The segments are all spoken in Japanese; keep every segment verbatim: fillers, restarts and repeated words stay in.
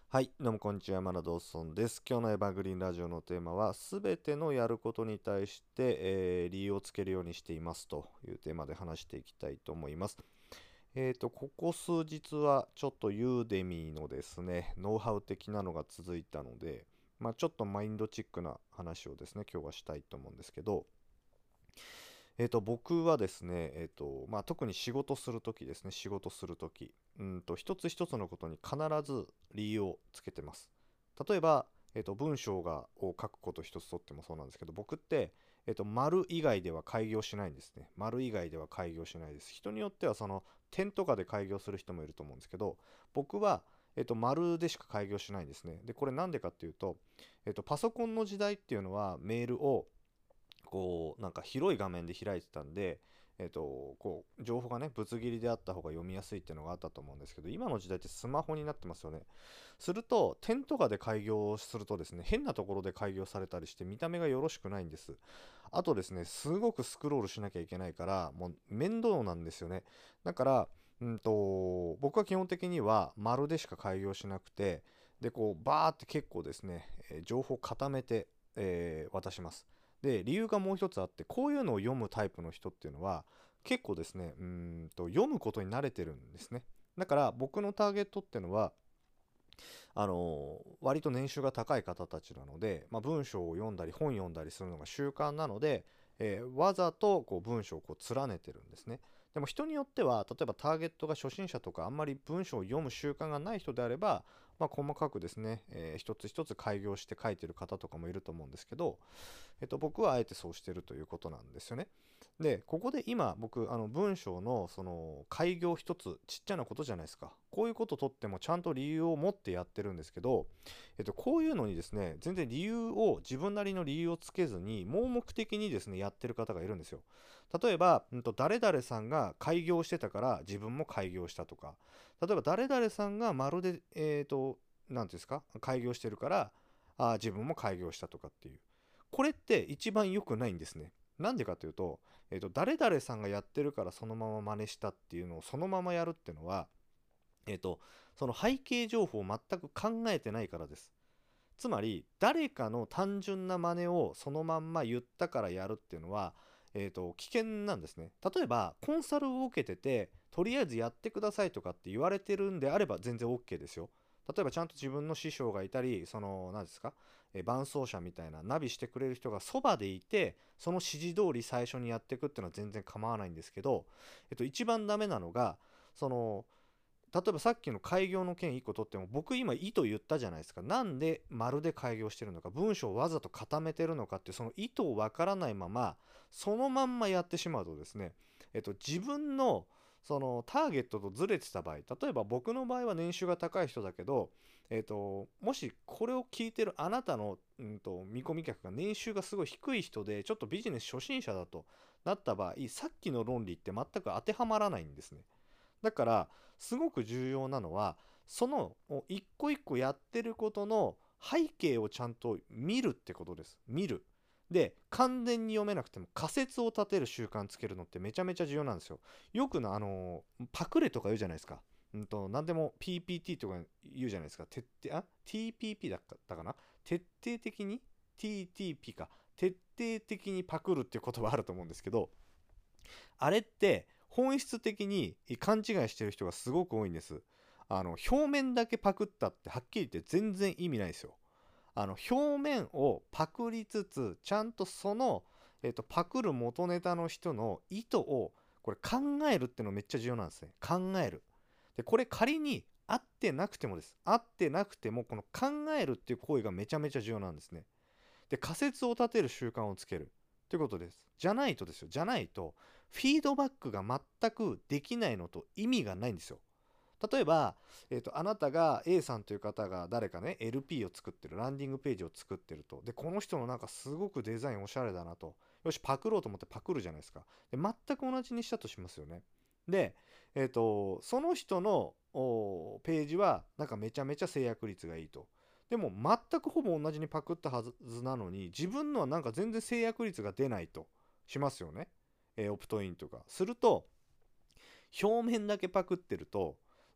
はい、どうもこんにちは、山田ドーソンです。今日のエバーグリーンラジオのテーマは、すべてのやることに対して、えー理由をつけるようにしていますというテーマで話していきたいと思います。えーと、ここ数日はちょっとユーデミーのですね、ノウハウ的なのが続いたので、まあ、ちょっとマインドチックな話をですね、今日はしたいと思うんですけど、えーと、僕はですね、えーと、まあ、特に仕事するときですね、仕事するとき、うんと、一つ一つのことに必ず理由をつけてます。例えば、えーと、文章がを書くこと一つとってもそうなんですけど、僕って、えーと、丸以外では開業しないんですね。丸以外では開業しないです。人によっては、その、点とかで開業する人もいると思うんですけど、僕は、えっと、丸でしか開業しないんですね。で、これなんでかっていうと、えっと、パソコンの時代っていうのはメールをこうなんか広い画面で開いてたんで、えっと、こう情報がねぶつ切りであった方が読みやすいっていうのがあったと思うんですけど、今の時代ってスマホになってますよね。すると点とかで開業するとですね、変なところで開業されたりして見た目がよろしくないんです。あとですね、すごくスクロールしなきゃいけないからもう面倒なんですよね。だからうんと僕は基本的には丸でしか開業しなくて、でこうバーって結構ですね、えー情報固めて、えー渡します。で、理由がもう一つあって、こういうのを読むタイプの人っていうのは、結構ですね、うーんと、読むことに慣れてるんですね。だから、僕のターゲットっていうのは、あの割と年収が高い方たちなので、まあ、文章を読んだり本読んだりするのが習慣なので、えーわざとこう文章をこう連ねてるんですね。でも人によっては例えばターゲットが初心者とかあんまり文章を読む習慣がない人であれば、まあ、細かくですね、えー一つ一つ開業して書いてる方とかもいると思うんですけど、えっと、僕はあえてそうしてるということなんですよね。で、ここで今僕あの文章のその開業一つちっちゃなことじゃないですか。こういうこととってもちゃんと理由を持ってやってるんですけど、えっと、こういうのにですね、全然理由を自分なりの理由をつけずに盲目的にですねやってる方がいるんですよ。例えば、うんと、誰々さんが開業してたから自分も開業したとか、例えば誰々さんがまるでえっと何ていうんですか、開業してるからあ自分も開業したとかっていう、これって一番良くないんですね。なんでかというと、えっと、誰々さんがやってるからそのまま真似したっていうのをそのままやるっていうのは、えっと、その背景情報を全く考えてないからです。つまり、誰かの単純な真似をそのまんま言ったからやるっていうのは、えっと、危険なんですね。例えば、コンサルを受けてて、とりあえずやってくださいとかって言われてるんであれば全然 OK ですよ。例えばちゃんと自分の師匠がいたり、その、何ですか、え伴走者みたいなナビしてくれる人がそばでいて、その指示通り最初にやっていくっていうのは全然構わないんですけど、えっと、一番ダメなのが、その、例えばさっきの開業の件いっこ取っても、僕今意図言ったじゃないですか。なんで丸で開業してるのか、文章をわざと固めてるのかっていうその意図をわからないままそのまんまやってしまうとですね、えっと、自分のそのターゲットとずれてた場合、例えば僕の場合は年収が高い人だけど、えっと、もしこれを聞いてるあなたの、うんと、見込み客が年収がすごい低い人でちょっとビジネス初心者だとなった場合、さっきの論理って全く当てはまらないんですね。だからすごく重要なのは、その一個一個やってることの背景をちゃんと見るってことです。見る。で、完全に読めなくても仮説を立てる習慣つけるのってめちゃめちゃ重要なんですよ。よくな、あのパクレとか言うじゃないですか。うんと、何でも ピーピーティー とか言うじゃないですか。徹底、あ ティーピーピー だったかな、徹底的に ティーティーピー か。徹底的にパクるっていう言葉あると思うんですけど、あれって本質的に勘違いしてる人がすごく多いんです。あの表面だけパクったってはっきり言って全然意味ないですよ。あの表面をパクりつつちゃんとその、えっと、パクる元ネタの人の意図をこれ考えるってのめっちゃ重要なんですね。考える。でこれ仮に合ってなくてもです。合ってなくてもこの考えるっていう行為がめちゃめちゃ重要なんですね。で、仮説を立てる習慣をつけるということです。じゃないとですよ。じゃないと、フィードバックが全くできないのと意味がないんですよ。例えば、えーと、あなたが A さんという方が誰かね、エルピー を作ってる、ランディングページを作ってると。で、この人のなんかすごくデザインおしゃれだなと。よし、パクろうと思ってパクるじゃないですか。で、全く同じにしたとしますよね。で、えっ、と、その人のページはなんかめちゃめちゃ制約率がいいと。でも全くほぼ同じにパクったはずなのに、自分のはなんか全然制約率が出ないとしますよね。えーオプトインとか。すると、表面だけパクってると、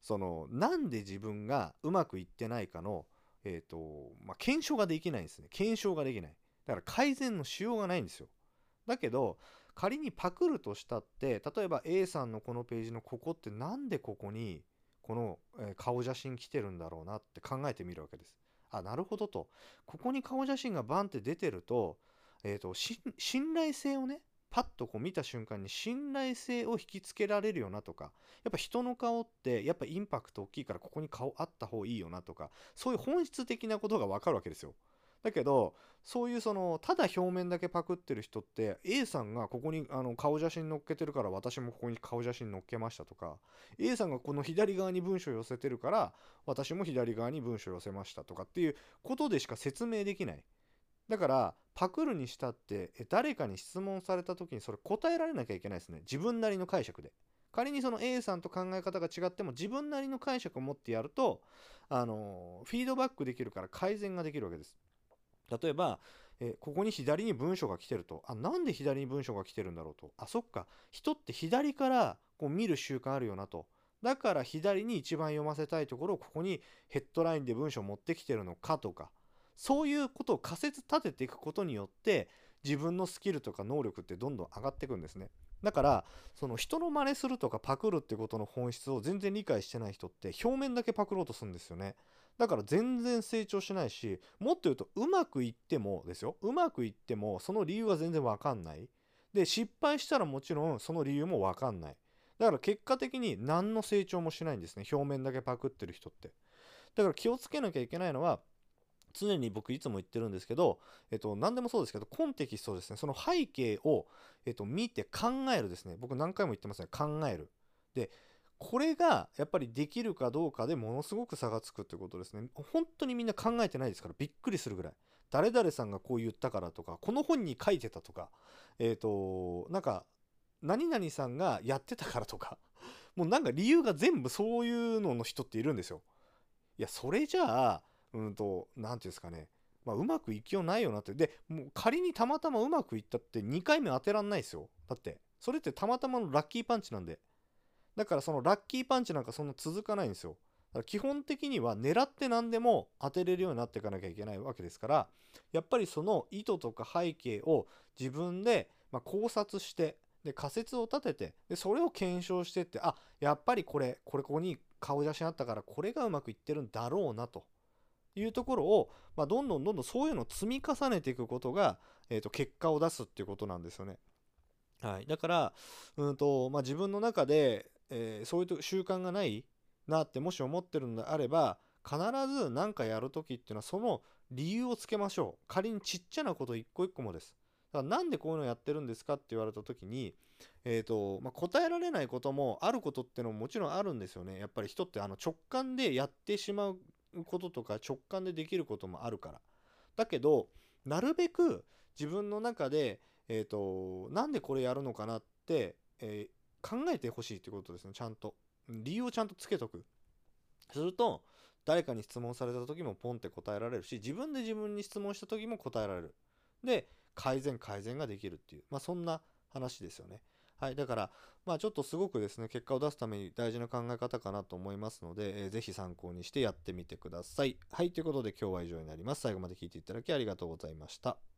そのなんで自分がうまくいってないかの、えーとまあ、検証ができないんですね。検証ができない。だから改善のしようがないんですよ。だけど仮にパクるとしたって、例えば A さんのこのページのここってなんでここにこの、えー顔写真来てるんだろうなって考えてみるわけです。あ、なるほどと。ここに顔写真がバンって出てると、えーと、し信頼性をね、パッとこう見た瞬間に信頼性を引きつけられるよなとか、やっぱ人の顔ってやっぱインパクト大きいからここに顔あった方がいいよなとか、そういう本質的なことがわかるわけですよ。だけど、そういうその、ただ表面だけパクってる人って、A さんがここにあの顔写真載っけてるから私もここに顔写真載っけましたとか、A さんがこの左側に文章を寄せてるから私も左側に文章を寄せましたとかっていうことでしか説明できない。だからパクるにしたってえ誰かに質問された時にそれ答えられなきゃいけないですね。自分なりの解釈で。仮にその A さんと考え方が違っても自分なりの解釈を持ってやると、あのフィードバックできるから改善ができるわけです。例えば、えここに左に文章が来てると、あ、なんで左に文章が来てるんだろうと、あ、そっか、人って左からこう見る習慣あるよなと。だから左に一番読ませたいところをここにヘッドラインで文章を持ってきてるのかとか、そういうことを仮説立てていくことによって自分のスキルとか能力ってどんどん上がっていくんですね。だからその人の真似するとかパクるってことの本質を全然理解してない人って表面だけパクろうとするんですよね。だから全然成長しないし、もっと言うとうまくいってもですよ、うまくいってもその理由は全然わかんない。で失敗したらもちろんその理由もわかんない。だから結果的に何の成長もしないんですね、表面だけパクってる人って。だから気をつけなきゃいけないのは、常に僕いつも言ってるんですけど、えっと、何でもそうですけど、コンテキストですね、その背景を、えっと、見て考えるですね。僕何回も言ってますね、考える。で、これがやっぱりできるかどうかでものすごく差がつくってことですね。本当にみんな考えてないですからびっくりするぐらい。誰々さんがこう言ったからとか、この本に書いてたとか、えっと、なんか、何々さんがやってたからとか、もうなんか理由が全部そういうのの人っているんですよ。いや、それじゃあ、うんと、なんていうんですかね、まあ、うまくいきようないよなって。で、もう仮にたまたまうまくいったってにかいめ当てらんないですよ。だって、それってたまたまのラッキーパンチなんで。だからそのラッキーパンチなんかそんな続かないんですよ。だから基本的には狙って何でも当てれるようになっていかなきゃいけないわけですから、やっぱりその意図とか背景を自分でまあ考察して、で仮説を立てて、でそれを検証してって、あ、やっぱりこれこれここに顔写真あったからこれがうまくいってるんだろうなというところを、まあ、どんどんどんどんそういうのを積み重ねていくことが、えー、と結果を出すっていうことなんですよね。はい、だから、うんとまあ、自分の中で、えーそういう習慣がないなってもし思ってるのであれば、必ず何かやるときっていうのはその理由をつけましょう。仮にちっちゃなこと一個一個もです。だからなんでこういうのやってるんですかって言われたときに、えーとまあ、答えられないこともあることっていうのももちろんあるんですよね。やっぱり人ってあの直感でやってしまうこととか直感でできることもあるから。だけどなるべく自分の中でえっと、なんでこれやるのかなって、えー考えてほしいってことですね、ちゃんと。理由をちゃんとつけとく。すると、誰かに質問された時もポンって答えられるし、自分で自分に質問した時も答えられる。で、改善改善ができるっていう、まあそんな話ですよね。はい、だから、まあちょっとすごくですね、結果を出すために大事な考え方かなと思いますので、えーぜひ参考にしてやってみてください。はい、ということで今日は以上になります。最後まで聞いていただきありがとうございました。